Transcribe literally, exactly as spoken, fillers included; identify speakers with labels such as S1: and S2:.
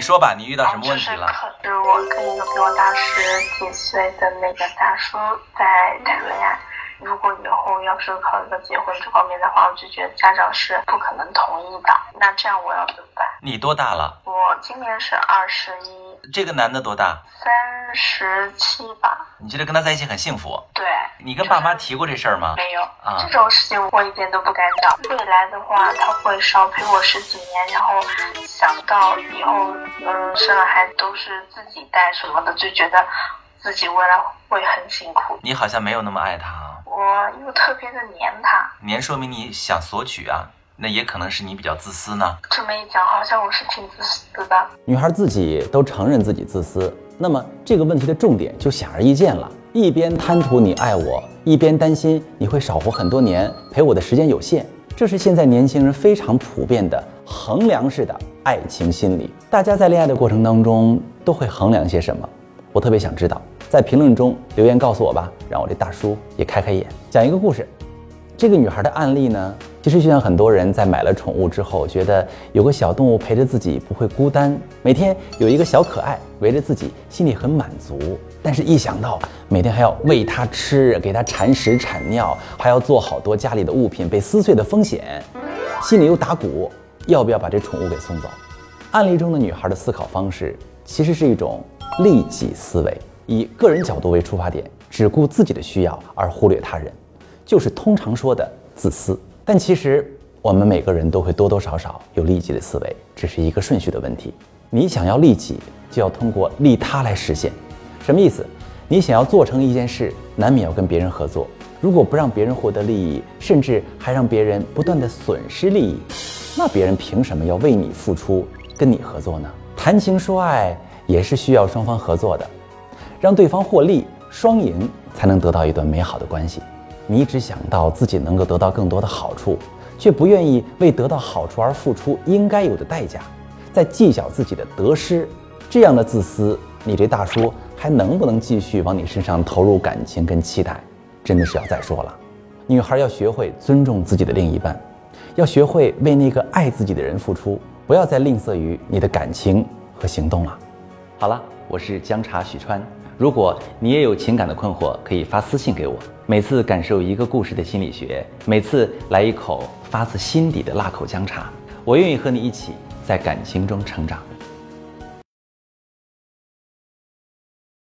S1: 说吧，你遇到什么问题了？
S2: 就是我跟一个比我大十几岁的那个大叔在谈恋爱。如果以后要是考虑到结婚这方面的话，我就觉得家长是不可能同意的。那这样我要怎么办？
S1: 你多大了？
S2: 我今年是二十一。
S1: 这个男的多大？
S2: 三十七吧。
S1: 你觉得跟他在一起很幸福？
S2: 对。
S1: 你跟爸妈提过这事儿吗？
S2: 没有
S1: 啊，
S2: 这种事情我一点都不敢讲。未来的话，他会少陪我十几年，然后想到以后，嗯，生了孩子都是自己带什么的，就觉得自己未来会很辛苦。
S1: 你好像没有那么爱他啊。
S2: 我又特别的黏他。
S1: 黏说明你想索取啊，那也可能是你比较自私呢。
S2: 这么一讲，好像我是挺自私的。
S3: 女孩自己都承认自己自私，那么这个问题的重点就显而易见了。一边贪图你爱我，一边担心你会少活很多年，陪我的时间有限，这是现在年轻人非常普遍的衡量式的爱情心理。大家在恋爱的过程当中都会衡量些什么？我特别想知道，在评论中留言告诉我吧，让我这大叔也开开眼。讲一个故事，这个女孩的案例呢，其实就像很多人在买了宠物之后，觉得有个小动物陪着自己不会孤单，每天有一个小可爱围着自己，心里很满足。但是一想到每天还要喂它吃，给它铲屎铲尿，还要做好多家里的物品被撕碎的风险，心里又打鼓，要不要把这宠物给送走？案例中的女孩的思考方式其实是一种利己思维，以个人角度为出发点，只顾自己的需要而忽略他人，就是通常说的自私。但其实我们每个人都会多多少少有利己的思维，只是一个顺序的问题。你想要利己，就要通过利他来实现。什么意思？你想要做成一件事，难免要跟别人合作。如果不让别人获得利益，甚至还让别人不断的损失利益，那别人凭什么要为你付出，跟你合作呢？谈情说爱也是需要双方合作的，让对方获利，双赢才能得到一段美好的关系。你只想到自己能够得到更多的好处，却不愿意为得到好处而付出应该有的代价，在计较自己的得失，这样的自私，你这大叔还能不能继续往你身上投入感情跟期待，真的是要再说了。女孩要学会尊重自己的另一半，要学会为那个爱自己的人付出，不要再吝啬于你的感情和行动了。好了，我是姜茶许川，如果你也有情感的困惑，可以发私信给我。每次感受一个故事的心理学，每次来一口发自心底的辣口姜茶，我愿意和你一起在感情中成长。